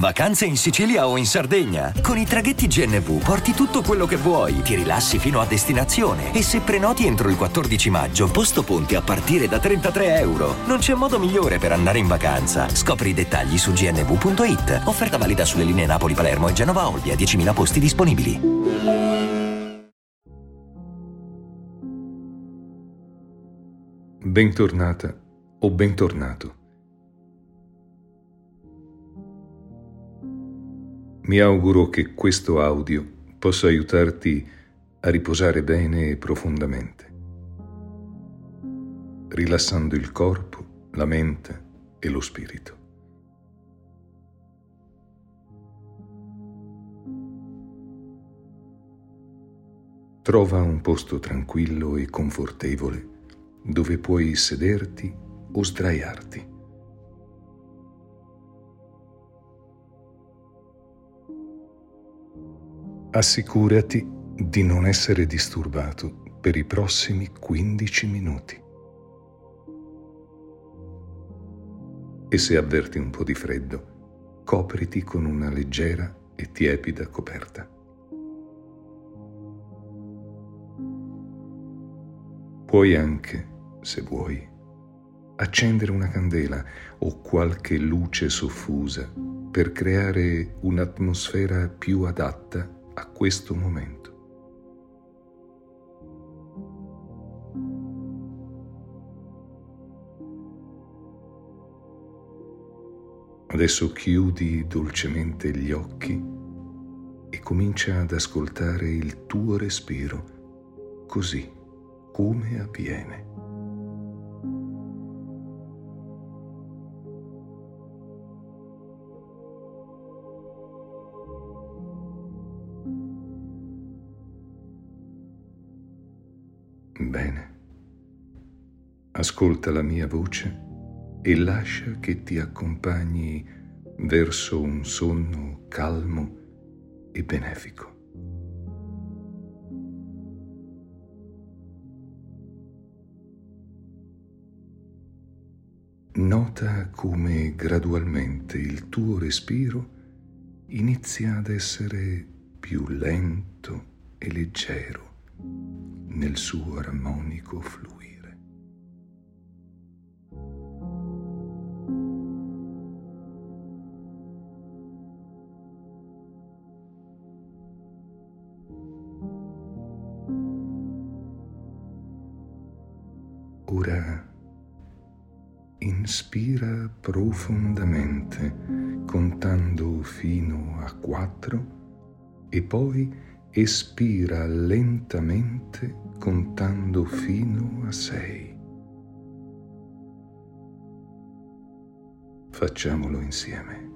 Vacanze in Sicilia o in Sardegna? Con i traghetti GNV porti tutto quello che vuoi, ti rilassi fino a destinazione e se prenoti entro il 14 maggio, posto ponti a partire da €33. Non c'è modo migliore per andare in vacanza. Scopri i dettagli su gnv.it. Offerta valida sulle linee Napoli-Palermo e Genova-Olbia, 10.000 posti disponibili. Bentornata o bentornato. Mi auguro che questo audio possa aiutarti a riposare bene e profondamente, rilassando il corpo, la mente e lo spirito. Trova un posto tranquillo e confortevole dove puoi sederti o sdraiarti. Assicurati di non essere disturbato per i prossimi 15 minuti. E se avverti un po' di freddo, copriti con una leggera e tiepida coperta. Puoi anche, se vuoi, accendere una candela o qualche luce soffusa per creare un'atmosfera più adatta a questo momento. Adesso chiudi dolcemente gli occhi e comincia ad ascoltare il tuo respiro così come avviene. Bene. Ascolta la mia voce e lascia che ti accompagni verso un sonno calmo e benefico. Nota come gradualmente il tuo respiro inizia ad essere più lento e leggero nel suo armonico fluire. Ora inspira profondamente contando fino a 4 e poi espira lentamente contando fino a 6. Facciamolo insieme.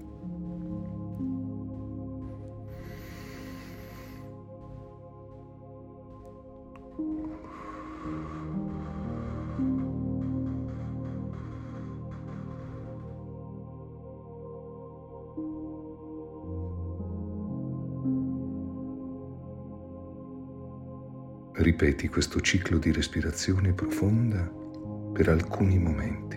Ripeti questo ciclo di respirazione profonda per alcuni momenti.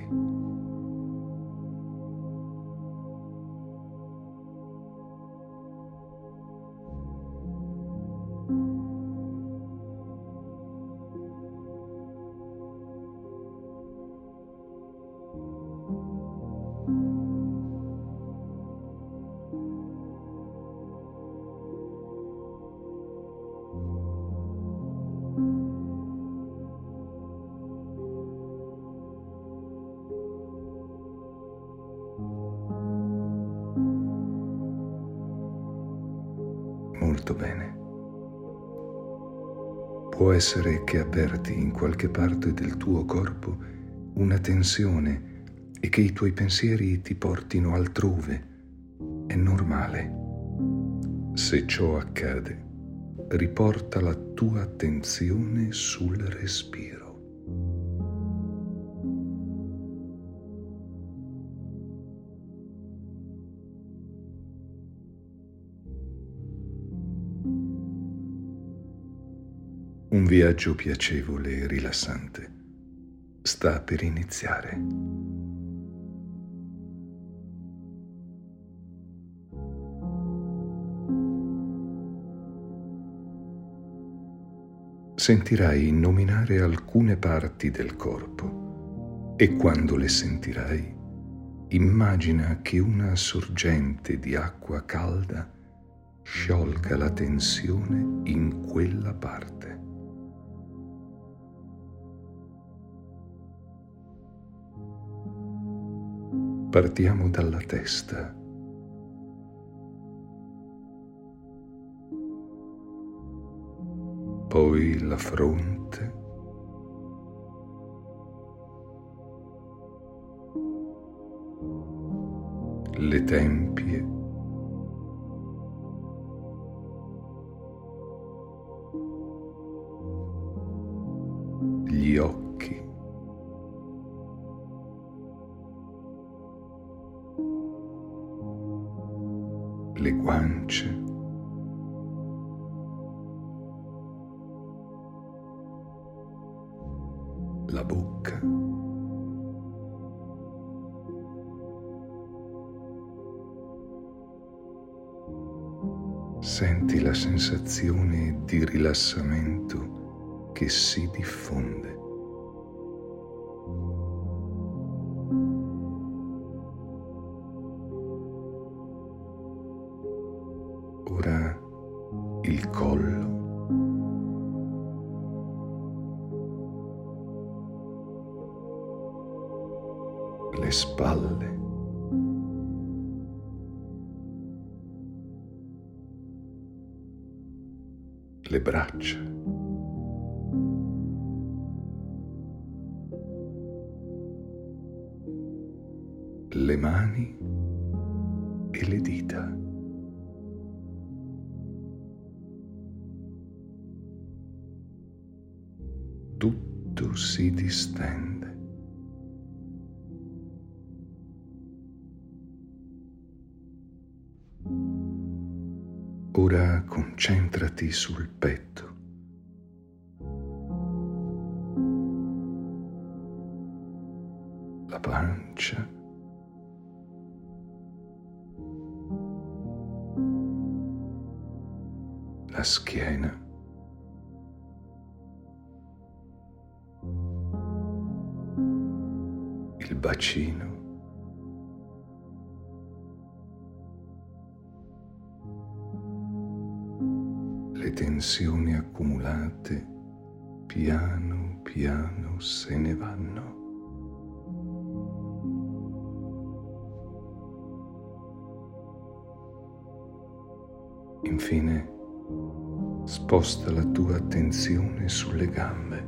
Molto bene. Può essere che avverti in qualche parte del tuo corpo una tensione e che i tuoi pensieri ti portino altrove. È normale. Se ciò accade, riporta la tua attenzione sul respiro. Un viaggio piacevole e rilassante sta per iniziare. sentirai nominare alcune parti del corpo e quando le sentirai, immagina che una sorgente di acqua calda sciolga la tensione in quella parte. Partiamo dalla testa. Poi la fronte, le tempie, gli occhi, le guance, la bocca, senti la sensazione di rilassamento che si diffonde. Ora il collo, le spalle, le braccia, le mani e le dita. Tutto si distende. Ora concentrati sul petto. La pancia, la schiena, il bacino, le tensioni accumulate piano piano se ne vanno. Infine, sposta la tua attenzione sulle gambe.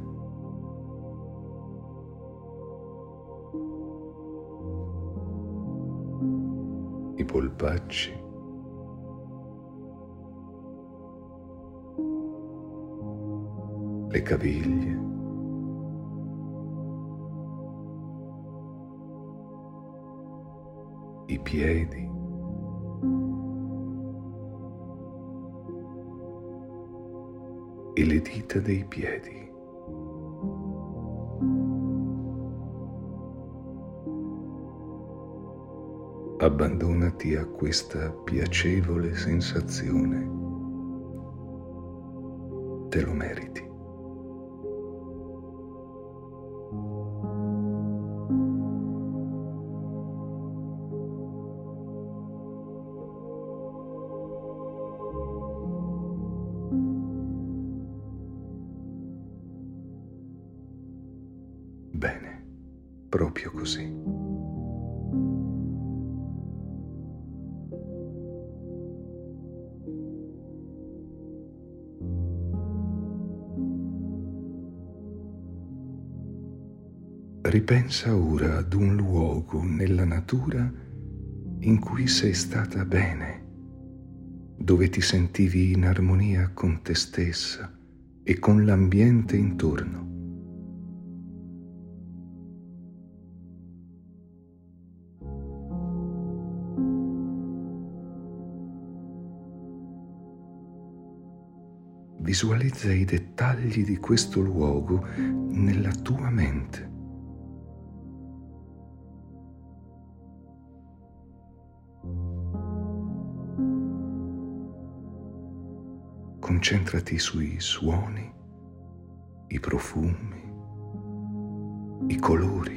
I polpacci, le caviglie, i piedi, e le dita dei piedi. Abbandonati a questa piacevole sensazione. Te lo meriti. Bene, proprio così. Ripensa ora ad un luogo nella natura in cui sei stata bene, dove ti sentivi in armonia con te stessa e con l'ambiente intorno. Visualizza i dettagli di questo luogo nella tua mente. Concentrati sui suoni i profumi, i colori.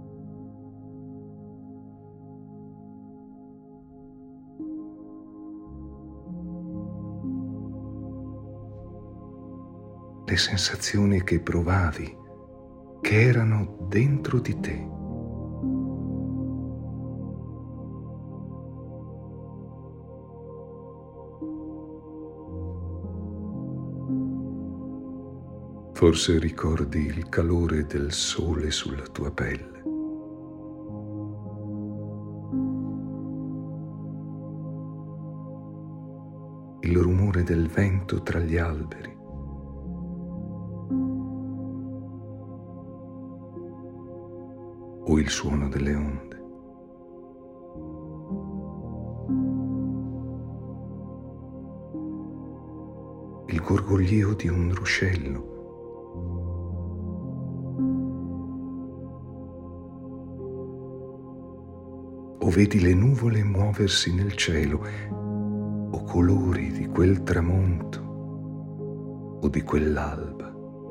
Le sensazioni che provavi, che erano dentro di te. Forse ricordi il calore del sole sulla tua pelle. Il rumore del vento tra gli alberi. O il suono delle onde. Il gorgoglio di un ruscello. O vedi le nuvole muoversi nel cielo, o colori di quel tramonto o di quell'alba.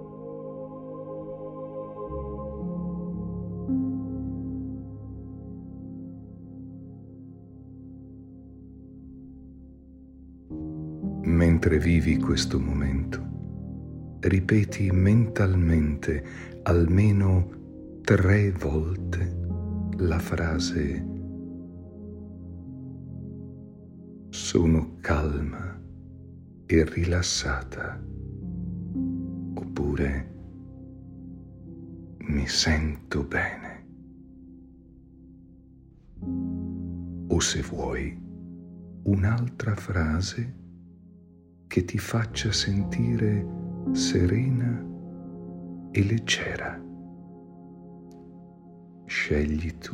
Mentre vivi questo momento, ripeti mentalmente almeno 3 volte la frase: sono calma e rilassata, oppure mi sento bene. O se vuoi, un'altra frase che ti faccia sentire serena e leggera. Scegli tu.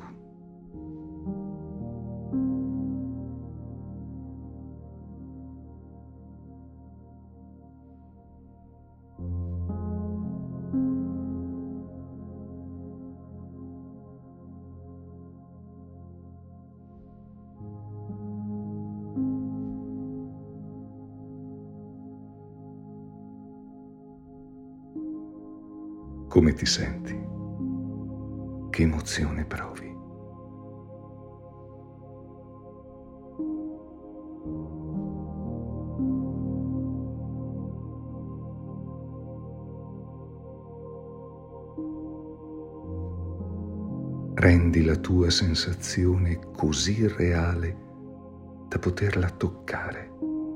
Come ti senti? Che emozione provi? Rendi la tua sensazione così reale da poterla toccare.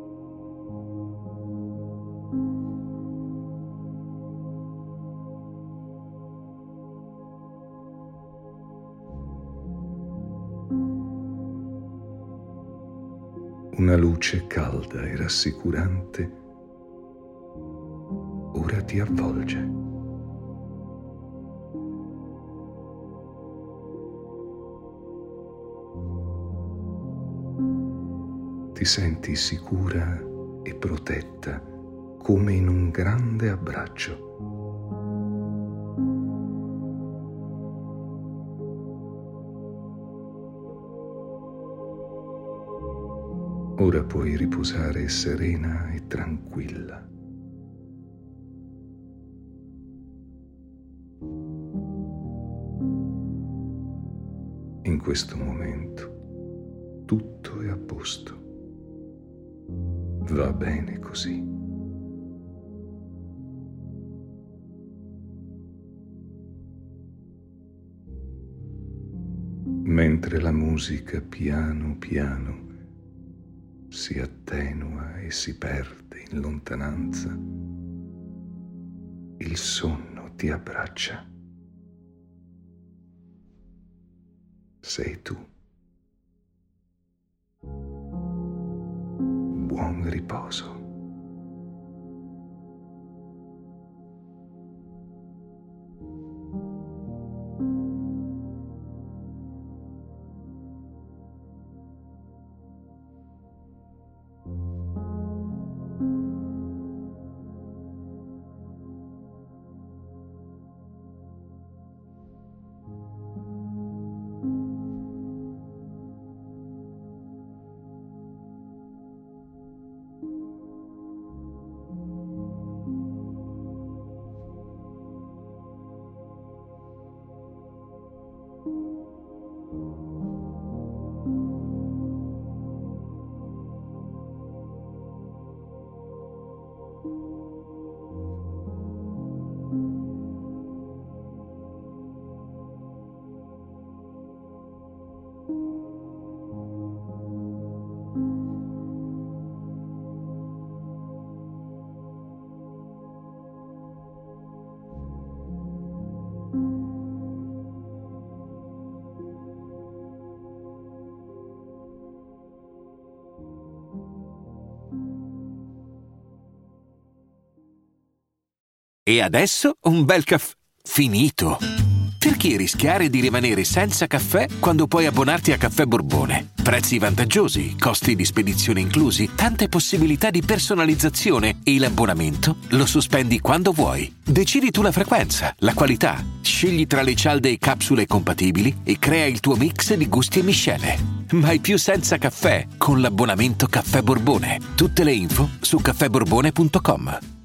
Una luce calda e rassicurante ora ti avvolge. Ti senti sicura e protetta come in un grande abbraccio. Ora puoi riposare serena e tranquilla. In questo momento tutto è a posto. Va bene così. Mentre la musica piano piano si attenua e si perde in lontananza, il sonno ti abbraccia. Sei tu. Buon riposo. E adesso un bel caffè finito. Perché rischiare di rimanere senza caffè quando puoi abbonarti a Caffè Borbone? Prezzi vantaggiosi, costi di spedizione inclusi, tante possibilità di personalizzazione e l'abbonamento lo sospendi quando vuoi. Decidi tu la frequenza, la qualità, scegli tra le cialde e capsule compatibili e crea il tuo mix di gusti e miscele. Mai più senza caffè con l'abbonamento Caffè Borbone. Tutte le info su caffèborbone.com.